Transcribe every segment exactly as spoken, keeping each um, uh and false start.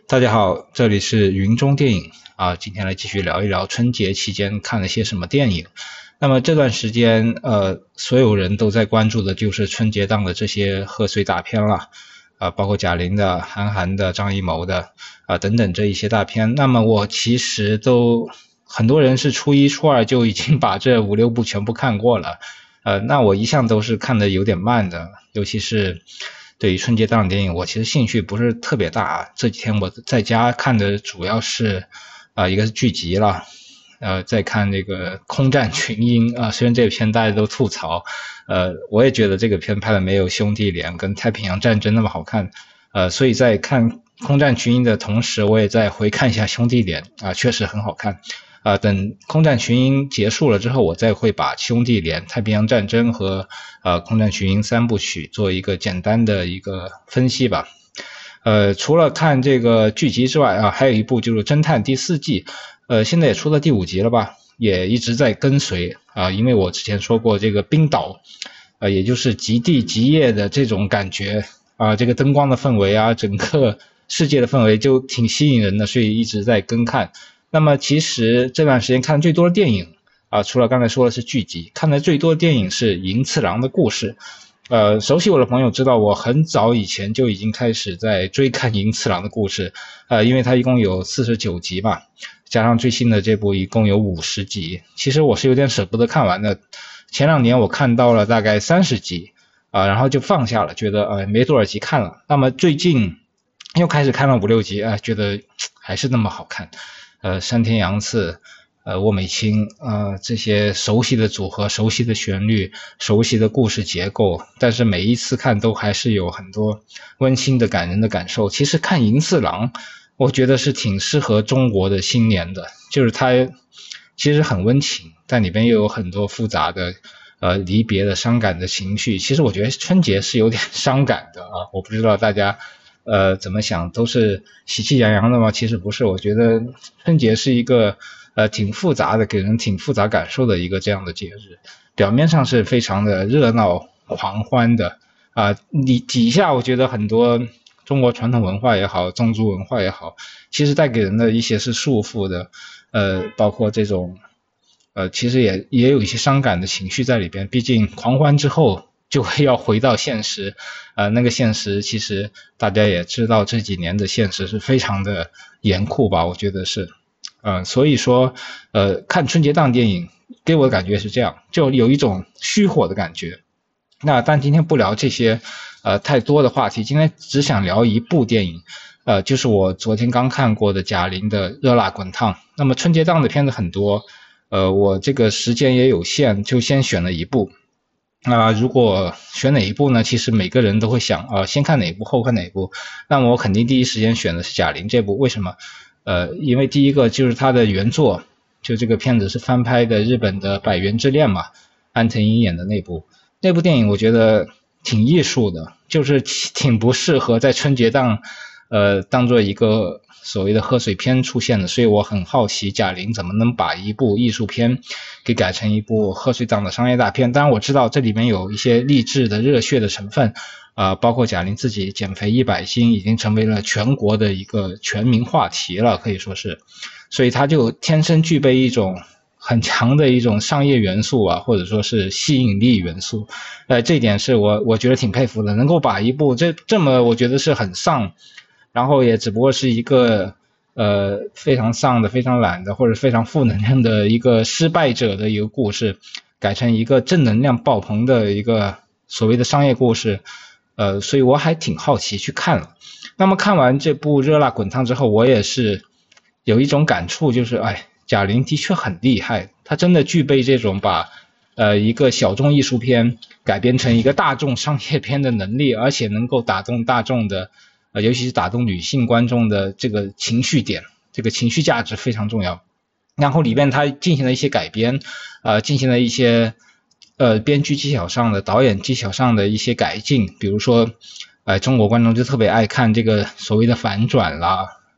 大家好，这里是云中电影啊，今天来继续聊一聊春节期间看了些什么电影。那么这段时间，呃，所有人都在关注的就是春节档的这些贺岁大片了，啊，包括贾玲的、韩寒的、张艺谋的啊等等这一些大片。那么我其实都很多人是初一、初二就已经把这五六部全部看过了，呃，那我一向都是看的有点慢的，尤其是对于春节档电影，我其实兴趣不是特别大。这几天我在家看的主要是啊、呃、一个是剧集了，呃，在看那个《空战群英》啊、呃，虽然这个片大家都吐槽，呃，我也觉得这个片拍的没有《兄弟连》跟《太平洋战争》那么好看，呃，所以在看《空战群英》的同时，我也在回看一下《兄弟连》啊、呃，确实很好看。啊、呃，等空战群英结束了之后，我再会把兄弟连、太平洋战争和呃空战群英三部曲做一个简单的一个分析吧。呃，除了看这个剧集之外啊，还有一部就是侦探第四季，呃，现在也出了第五集了吧，也一直在跟随啊、呃，因为我之前说过这个冰岛，呃，也就是极地极夜的这种感觉啊、呃，这个灯光的氛围啊，整个世界的氛围就挺吸引人的，所以一直在跟看。那么其实这段时间看最多的电影啊，除了刚才说的是剧集，看的最多的电影是银次郎的故事。呃，熟悉我的朋友知道，我很早以前就已经开始在追看银次郎的故事，呃，因为它一共有四十九集吧，加上最新的这部一共有五十集。其实我是有点舍不得看完的，前两年我看到了大概三十集啊、呃，然后就放下了，觉得呃没多少集看了。那么最近又开始看了五六集啊、呃，觉得还是那么好看。呃，山田洋次，呃，沃美清，呃，这些熟悉的组合、熟悉的旋律、熟悉的故事结构，但是每一次看都还是有很多温馨的、感人的感受。其实看银次郎，我觉得是挺适合中国的新年的，就是它其实很温情，但里边又有很多复杂的呃离别的伤感的情绪。其实我觉得春节是有点伤感的啊，我不知道大家呃，怎么想都是喜气洋洋的吗？其实不是，我觉得春节是一个呃挺复杂的，给人挺复杂感受的一个这样的节日。表面上是非常的热闹狂欢的啊、呃，你底下我觉得很多中国传统文化也好，宗族文化也好，其实带给人的一些是束缚的，呃，包括这种呃，其实也也有一些伤感的情绪在里边。毕竟狂欢之后就会要回到现实，呃，那个现实其实大家也知道，这几年的现实是非常的严酷吧，我觉得是，呃，所以说，呃，看春节档电影给我的感觉是这样，就有一种虚火的感觉。那但今天不聊这些呃太多的话题，今天只想聊一部电影，呃，就是我昨天刚看过的贾玲的《热辣滚烫》。那么春节档的片子很多，呃，我这个时间也有限，就先选了一部。那、呃、如果选哪一部呢？其实每个人都会想啊、呃，先看哪一部，后看哪一部。那么我肯定第一时间选的是贾玲这部，为什么？呃，因为第一个就是它的原作，就这个片子是翻拍的日本的《百元之恋》嘛，安藤樱演的那部。那部电影我觉得挺艺术的，就是挺不适合在春节档呃当做一个所谓的贺岁片出现的，所以我很好奇贾玲怎么能把一部艺术片给改成一部贺岁档的商业大片。当然我知道这里面有一些励志的热血的成分，呃，包括贾玲自己减肥一百斤已经成为了全国的一个全民话题了，可以说是，所以她就天生具备一种很强的一种商业元素啊，或者说是吸引力元素，呃，这一点是我我觉得挺佩服的，能够把一部这这么我觉得是很丧，然后也只不过是一个呃非常丧的、非常懒的或者非常负能量的一个失败者的一个故事，改成一个正能量爆棚的一个所谓的商业故事，呃，所以我还挺好奇去看了。那么看完这部《热辣滚烫》之后，我也是有一种感触，就是哎。贾玲的确很厉害，她真的具备这种把呃一个小众艺术片改编成一个大众商业片的能力，而且能够打动大众的，呃尤其是打动女性观众的这个情绪点，这个情绪价值非常重要。然后里面她进行了一些改编，呃进行了一些呃编剧技巧上的、导演技巧上的一些改进，比如说呃中国观众就特别爱看这个所谓的反转啦。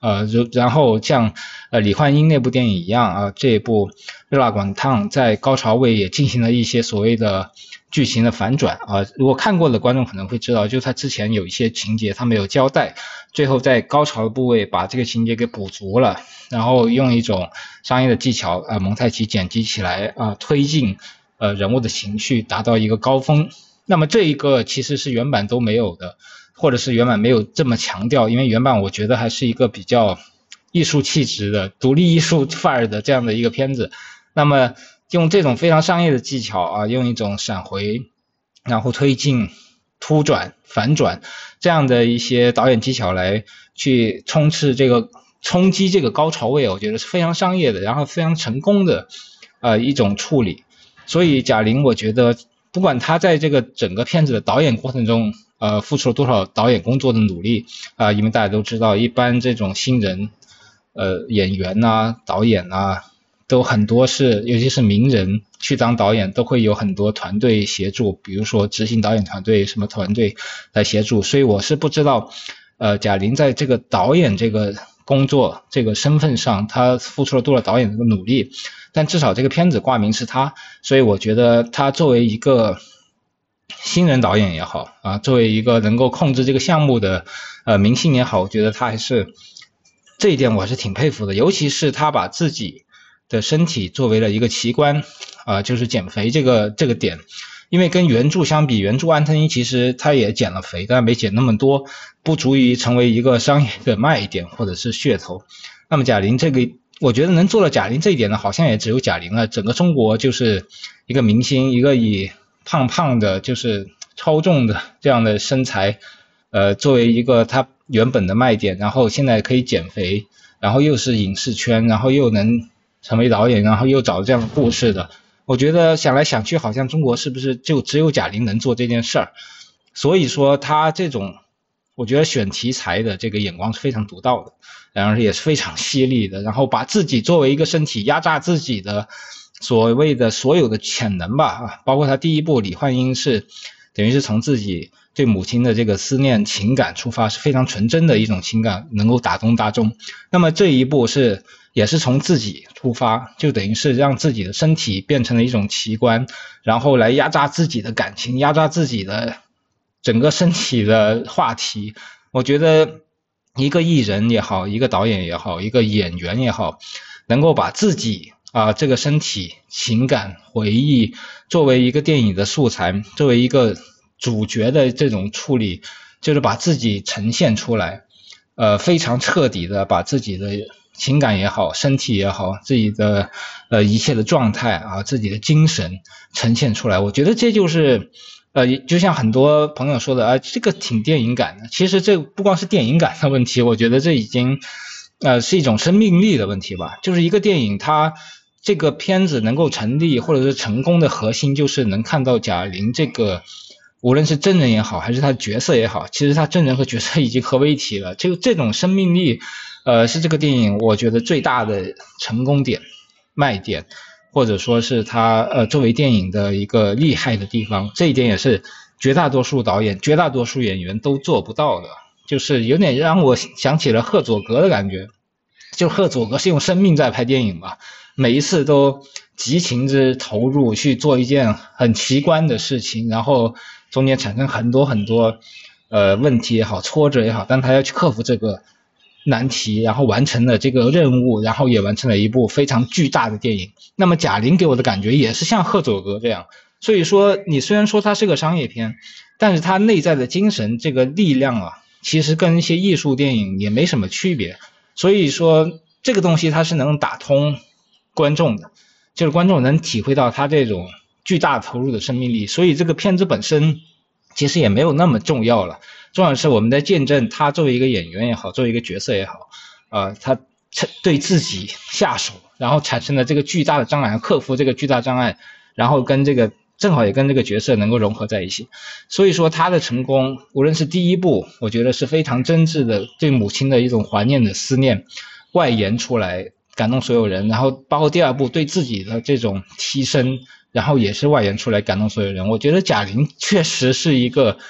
呃，然后像呃李焕英那部电影一样啊，这部热辣滚烫在高潮位也进行了一些所谓的剧情的反转啊，如果看过的观众可能会知道，就他之前有一些情节他没有交代，最后在高潮的部位把这个情节给补足了，然后用一种商业的技巧啊、呃、蒙太奇剪辑起来啊、呃、推进呃人物的情绪达到一个高峰。那么这一个其实是原版都没有的，或者是原版没有这么强调，因为原版我觉得还是一个比较艺术气质的独立艺术范儿的这样的一个片子。那么用这种非常商业的技巧啊，用一种闪回然后推进突转反转这样的一些导演技巧来去冲刺这个冲击这个高潮位，我觉得是非常商业的，然后非常成功的呃一种处理。所以贾玲我觉得不管他在这个整个片子的导演过程中呃付出了多少导演工作的努力啊、呃，因为大家都知道一般这种新人呃演员啊导演啊都很多是尤其是名人去当导演都会有很多团队协助，比如说执行导演团队什么团队来协助，所以我是不知道呃贾玲在这个导演这个工作这个身份上他付出了多少导演的努力，但至少这个片子挂名是他，所以我觉得他作为一个新人导演也好啊，作为一个能够控制这个项目的呃明星也好，我觉得他还是这一点我还是挺佩服的，尤其是他把自己的身体作为了一个奇观啊、呃，就是减肥这个这个点，因为跟原著相比，原著安藤樱其实他也减了肥，但没减那么多，不足以成为一个商业的卖点或者是噱头。那么贾玲这个我觉得能做到贾玲这一点呢，好像也只有贾玲了，整个中国就是一个明星，一个以胖胖的就是超重的这样的身材呃，作为一个他原本的卖点，然后现在可以减肥，然后又是影视圈，然后又能成为导演，然后又找这样的故事的，我觉得想来想去好像中国是不是就只有贾玲能做这件事儿。所以说他这种我觉得选题材的这个眼光是非常独到的，然后也是非常犀利的，然后把自己作为一个身体压榨自己的所谓的所有的潜能吧啊，包括他第一部李焕英是等于是从自己对母亲的这个思念情感出发，是非常纯真的一种情感能够打动大众。那么这一步是也是从自己出发，就等于是让自己的身体变成了一种奇观，然后来压榨自己的感情，压榨自己的整个身体的话题。我觉得一个艺人也好，一个导演也好，一个演员也好，能够把自己啊、呃、这个身体情感回忆作为一个电影的素材，作为一个主角的这种处理，就是把自己呈现出来，呃非常彻底的把自己的情感也好，身体也好，自己的呃一切的状态啊，自己的精神呈现出来。我觉得这就是呃就像很多朋友说的啊，这个挺电影感的。其实这不光是电影感的问题，我觉得这已经呃是一种生命力的问题吧。就是一个电影它这个片子能够成立或者是成功的核心，就是能看到贾玲这个无论是真人也好，还是他的角色也好，其实他真人和角色已经合为一体了。就这种生命力呃，是这个电影我觉得最大的成功点卖点，或者说是它呃作为电影的一个厉害的地方。这一点也是绝大多数导演绝大多数演员都做不到的，就是有点让我想起了贺佐格的感觉。就贺佐格是用生命在拍电影嘛，每一次都激情之投入去做一件很奇观的事情，然后中间产生很多很多呃问题也好，挫折也好，但他要去克服这个难题，然后完成了这个任务，然后也完成了一部非常巨大的电影。那么贾玲给我的感觉也是像贺佐格这样，所以说你虽然说它是个商业片，但是它内在的精神这个力量啊，其实跟一些艺术电影也没什么区别。所以说这个东西它是能打通观众的，就是观众能体会到它这种巨大投入的生命力，所以这个片子本身其实也没有那么重要了。重要的是我们在见证他作为一个演员也好，作为一个角色也好，呃，他对自己下手，然后产生了这个巨大的障碍，克服这个巨大障碍，然后跟这个正好也跟这个角色能够融合在一起。所以说他的成功，无论是第一部，我觉得是非常真挚的对母亲的一种怀念的思念外延出来，感动所有人，然后包括第二部对自己的这种提升，然后也是外延出来感动所有人。我觉得贾玲确实是一个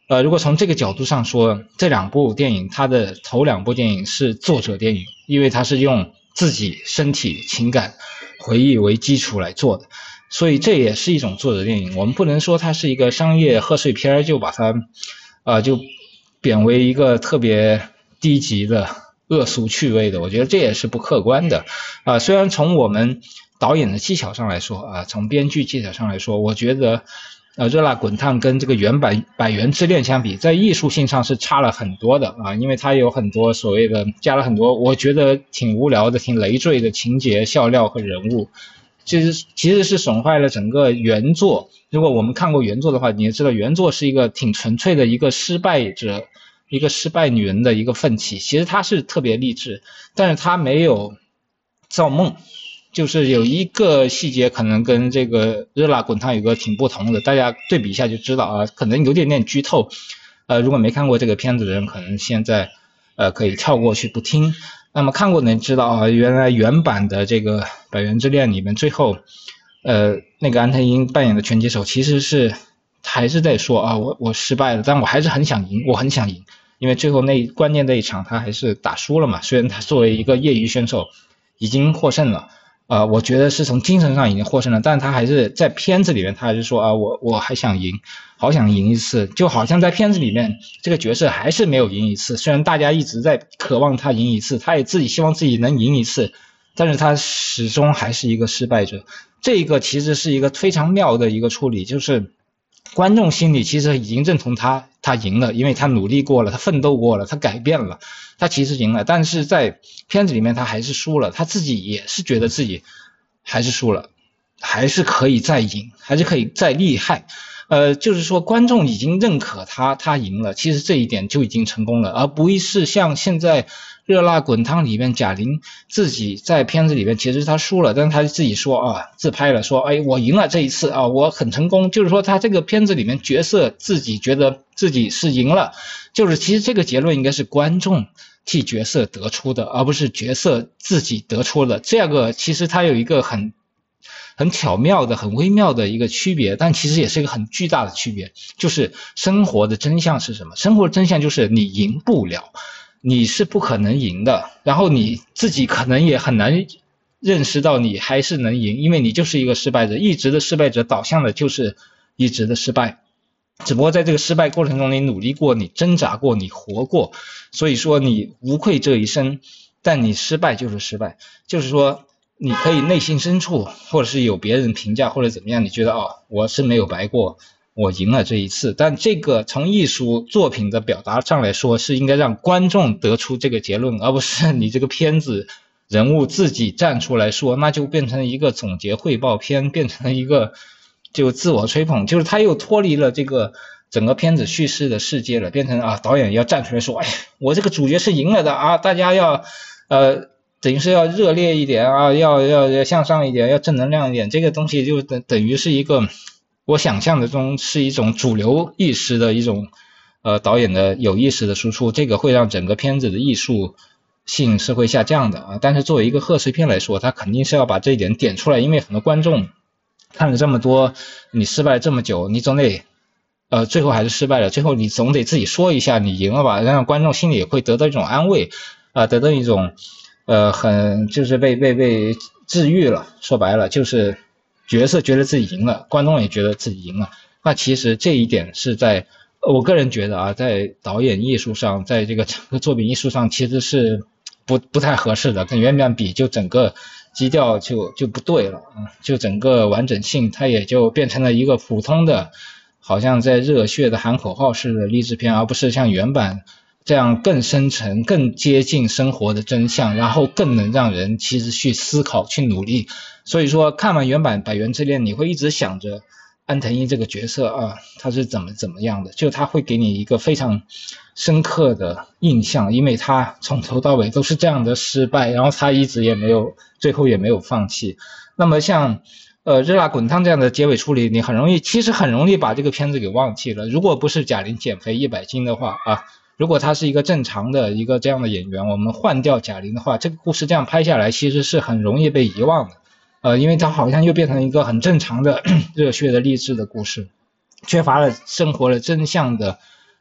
呃，如果从这个角度上说，这两部电影它的头两部电影是作者电影，因为它是用自己身体情感回忆为基础来做的，所以这也是一种作者电影。我们不能说它是一个商业贺岁片就把它呃就贬为一个特别低级的恶俗趣味的，我觉得这也是不客观的啊、呃。虽然从我们导演的技巧上来说啊、呃，从编剧技巧上来说，我觉得呃，热辣滚烫跟这个原版《百元之恋》相比，在艺术性上是差了很多的啊，因为它有很多所谓的加了很多我觉得挺无聊的、挺累赘的情节、笑料和人物，其实其实是损坏了整个原作。如果我们看过原作的话，你也知道原作是一个挺纯粹的一个失败者、一个失败女人的一个奋起，其实她是特别励志，但是她没有造梦。就是有一个细节可能跟这个热辣滚烫有个挺不同的，大家对比一下就知道啊，可能有点点剧透，呃，如果没看过这个片子的人，可能现在呃可以跳过去不听。那么看过的人知道啊，原来原版的这个《百元之恋》里面，最后呃那个安藤樱扮演的拳击手其实是还是在说啊，我我失败了，但我还是很想赢，我很想赢，因为最后那关键那一场他还是打输了嘛，虽然他作为一个业余选手已经获胜了。呃，我觉得是从精神上已经获胜了，但他还是在片子里面，他还是说啊，我我还想赢，好想赢一次，就好像在片子里面这个角色还是没有赢一次，虽然大家一直在渴望他赢一次，他也自己希望自己能赢一次，但是他始终还是一个失败者。这个其实是一个非常妙的一个处理，就是观众心里其实已经认同他他赢了，因为他努力过了，他奋斗过了，他改变了，他其实赢了，但是在片子里面他还是输了，他自己也是觉得自己还是输了，还是可以再赢，还是可以再厉害。呃，就是说观众已经认可他他赢了，其实这一点就已经成功了，而不是像现在热辣滚烫里面贾玲自己在片子里面其实他输了，但是他自己说啊，自拍了说，哎，我赢了这一次啊，我很成功，就是说他这个片子里面角色自己觉得自己是赢了，就是其实这个结论应该是观众替角色得出的，而不是角色自己得出的。这个其实它有一个很很巧妙的、很微妙的一个区别，但其实也是一个很巨大的区别，就是生活的真相是什么？生活的真相就是你赢不了，你是不可能赢的，然后你自己可能也很难认识到你还是能赢，因为你就是一个失败者，一直的失败者导向的就是一直的失败。只不过在这个失败过程中，你努力过，你挣扎过，你活过，所以说你无愧这一生。但你失败就是失败，就是说你可以内心深处，或者是有别人评价或者怎么样，你觉得哦，我是没有白过，我赢了这一次。但这个从艺术作品的表达上来说，是应该让观众得出这个结论，而不是你这个片子人物自己站出来说，那就变成一个总结汇报片，变成一个就自我吹捧，就是他又脱离了这个整个片子叙事的世界了，变成啊导演要站出来说，哎，我这个主角是赢了的啊，大家要呃等于是要热烈一点啊，要要要向上一点，要正能量一点，这个东西就等等于是一个我想象的中是一种主流意识的一种呃导演的有意识的输出，这个会让整个片子的艺术性是会下降的啊。但是作为一个贺岁片来说，它肯定是要把这一点点出来，因为很多观众看了这么多，你失败这么久，你总得呃最后还是失败了，最后你总得自己说一下你赢了吧，让观众心里也会得到一种安慰啊、呃，得到一种呃很就是被被被治愈了，说白了就是角色觉得自己赢了，观众也觉得自己赢了。那其实这一点是在我个人觉得啊，在导演艺术上，在这个整个作品艺术上其实是不不太合适的，跟原版比就整个基调就就不对了啊，就整个完整性它也就变成了一个普通的好像在热血的喊口号式的励志片，而不是像原版这样更深沉更接近生活的真相，然后更能让人其实去思考去努力。所以说看完原版《百元之恋》，你会一直想着安藤樱这个角色啊，他是怎么怎么样的，就他会给你一个非常深刻的印象，因为他从头到尾都是这样的失败，然后他一直也没有最后也没有放弃。那么像呃热辣滚烫这样的结尾处理，你很容易其实很容易把这个片子给忘记了。如果不是贾玲减肥一百斤的话啊，如果他是一个正常的一个这样的演员，我们换掉贾玲的话，这个故事这样拍下来其实是很容易被遗忘的。呃，因为它好像又变成一个很正常的热血的励志的故事，缺乏了生活的真相的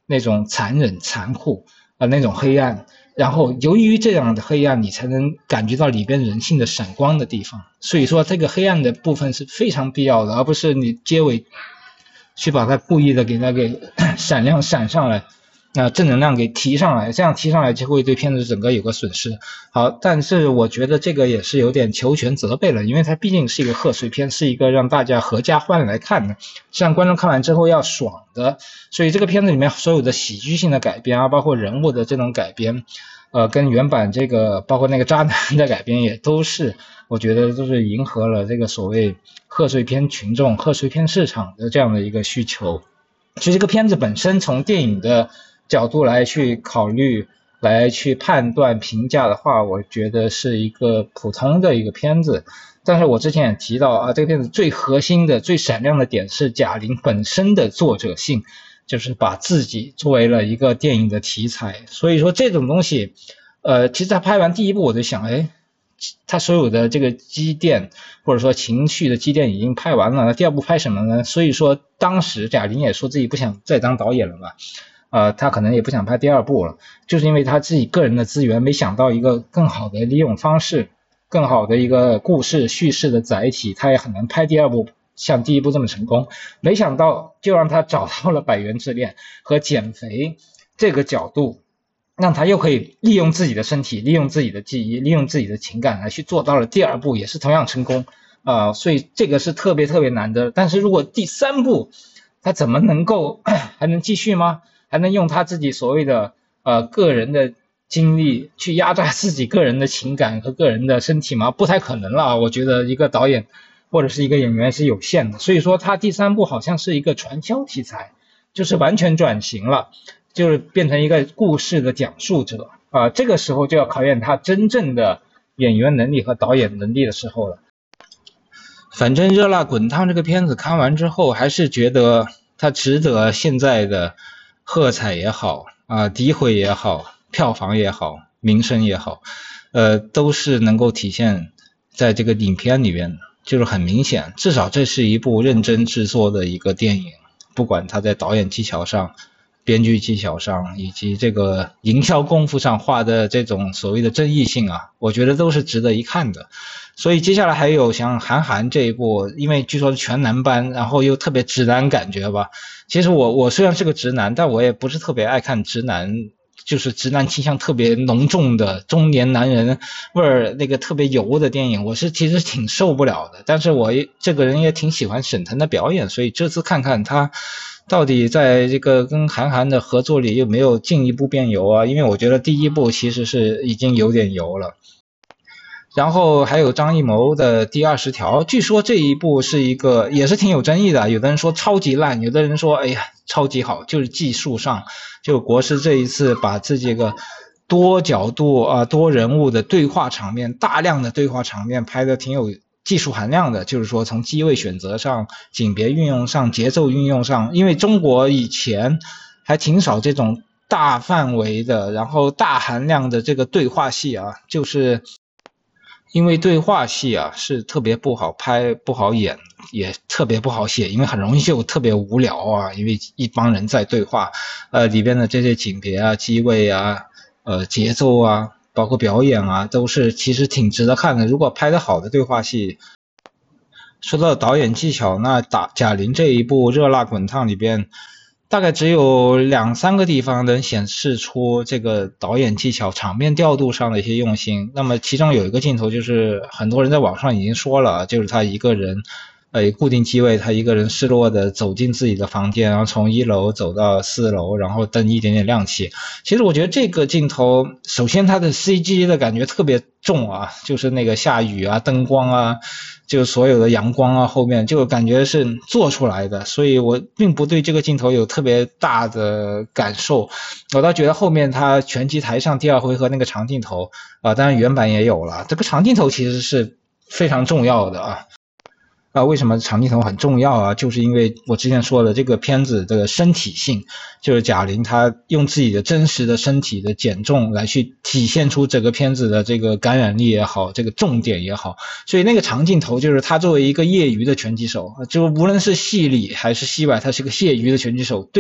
那种残忍残酷啊、呃、那种黑暗，然后由于这样的黑暗，你才能感觉到里边人性的闪光的地方。所以说这个黑暗的部分是非常必要的，而不是你结尾去把它故意的给它给闪亮闪上来，那、呃、正能量给提上来，这样提上来就会对片子整个有个损失。好，但是我觉得这个也是有点求全责备了，因为它毕竟是一个贺岁片，是一个让大家合家欢来看的，是让观众看完之后要爽的。所以这个片子里面所有的喜剧性的改编啊，包括人物的这种改编，呃，跟原版这个包括那个渣男的改编也都是，我觉得都是迎合了这个所谓贺岁片群众、贺岁片市场的这样的一个需求。其实这个片子本身从电影的角度来去考虑、来去判断、评价的话，我觉得是一个普通的一个片子。但是我之前也提到啊，这个片子最核心的、最闪亮的点是贾玲本身的作者性，就是把自己作为了一个电影的题材。所以说这种东西，呃，其实他拍完第一部我就想，哎，他所有的这个积淀或者说情绪的积淀已经拍完了，那第二部拍什么呢？所以说当时贾玲也说自己不想再当导演了嘛，呃，他可能也不想拍第二部了，就是因为他自己个人的资源没想到一个更好的利用方式，更好的一个故事叙事的载体，他也很难拍第二部像第一部这么成功。没想到就让他找到了百元之恋和减肥这个角度，让他又可以利用自己的身体、利用自己的记忆、利用自己的情感来去做到了第二部，也是同样成功啊、呃，所以这个是特别特别难的。但是如果第三部他怎么能够还能继续吗？还能用他自己所谓的呃个人的精力去压榨自己个人的情感和个人的身体吗？不太可能了，我觉得一个导演或者是一个演员是有限的。所以说他第三部好像是一个传销题材，就是完全转型了，就是变成一个故事的讲述者啊、呃，这个时候就要考验他真正的演员能力和导演能力的时候了。反正热辣滚烫这个片子看完之后，还是觉得它值得现在的喝彩也好啊、呃，诋毁也好，票房也好，名声也好，呃，都是能够体现在这个影片里面，就是很明显，至少这是一部认真制作的一个电影，不管它在导演技巧上、编剧技巧上，以及这个营销功夫上画的这种所谓的争议性啊，我觉得都是值得一看的。所以接下来还有像韩寒这一部，因为据说是全男班，然后又特别直男感觉吧。其实我我虽然是个直男，但我也不是特别爱看直男，就是直男倾向特别浓重的中年男人味儿那个特别油的电影，我是其实挺受不了的。但是我这个人也挺喜欢沈腾的表演，所以这次看看他到底在这个跟韩寒的合作里有没有进一步变油啊？因为我觉得第一部其实是已经有点油了。然后还有张艺谋的第二十条，据说这一部是一个也是挺有争议的，有的人说超级烂，有的人说哎呀超级好，就是技术上，就国师这一次把这几个多角度啊、呃、多人物的对话场面，大量的对话场面拍的挺有技术含量的，就是说从机位选择上、景别运用上、节奏运用上，因为中国以前还挺少这种大范围的，然后大含量的这个对话戏啊，就是因为对话戏啊是特别不好拍、不好演，也特别不好写，因为很容易就特别无聊啊，因为一帮人在对话，呃，里边的这些景别啊、机位啊、呃节奏啊，包括表演啊，都是其实挺值得看的。如果拍得好的对话戏，说到导演技巧，那打贾玲这一部《热辣滚烫》里边，大概只有两三个地方能显示出这个导演技巧、场面调度上的一些用心。那么其中有一个镜头，就是很多人在网上已经说了，就是他一个人，呃，固定机位，他一个人失落的走进自己的房间，然后从一楼走到四楼，然后灯一点点亮起。其实我觉得这个镜头，首先它的 C G 的感觉特别重啊，就是那个下雨啊、灯光啊。就所有的阳光啊，后面就感觉是做出来的，所以我并不对这个镜头有特别大的感受。我倒觉得后面他拳击台上第二回合那个长镜头啊、呃，当然原版也有了，这个长镜头其实是非常重要的啊。啊，为什么长镜头很重要啊？就是因为我之前说的这个片子的身体性，就是贾玲她用自己的真实的身体的减重来去体现出整个片子的这个感染力也好，这个重点也好，所以那个长镜头就是她作为一个业余的拳击手，就无论是戏里还是戏外，她是个业余的拳击手，对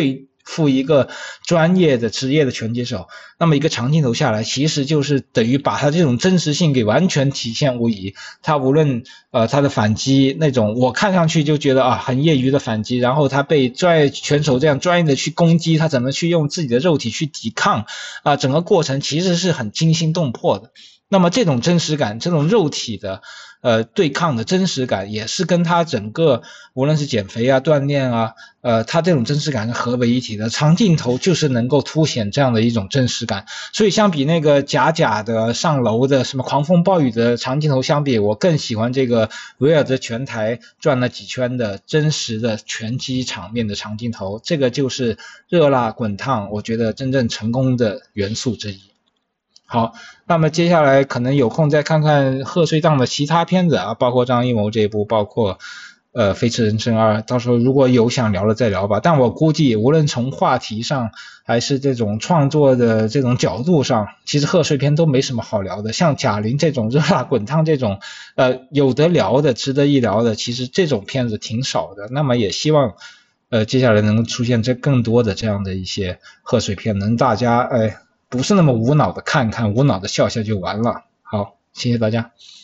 付一个专业的职业的拳击手，那么一个长镜头下来，其实就是等于把他这种真实性给完全体现无疑。他无论呃他的反击那种，我看上去就觉得啊很业余的反击，然后他被专业拳手这样专业的去攻击，他怎么去用自己的肉体去抵抗啊，整个过程其实是很惊心动魄的。那么这种真实感，这种肉体的呃对抗的真实感，也是跟他整个无论是减肥啊锻炼啊呃他这种真实感是合为一体的。长镜头就是能够凸显这样的一种真实感，所以相比那个假假的上楼的什么狂风暴雨的长镜头相比，我更喜欢这个围绕着拳台转了几圈的真实的拳击场面的长镜头，这个就是热辣滚烫我觉得真正成功的元素之一。好，那么接下来可能有空再看看贺岁档的其他片子啊，包括张艺谋这一部，包括呃飞驰人生二，到时候如果有想聊的再聊吧。但我估计无论从话题上还是这种创作的这种角度上，其实贺岁片都没什么好聊的。像贾玲这种热辣滚烫这种呃有得聊的值得一聊的，其实这种片子挺少的。那么也希望呃接下来能出现这更多的这样的一些贺岁片，能大家哎不是那么无脑的看看，无脑的笑笑就完了。好，谢谢大家。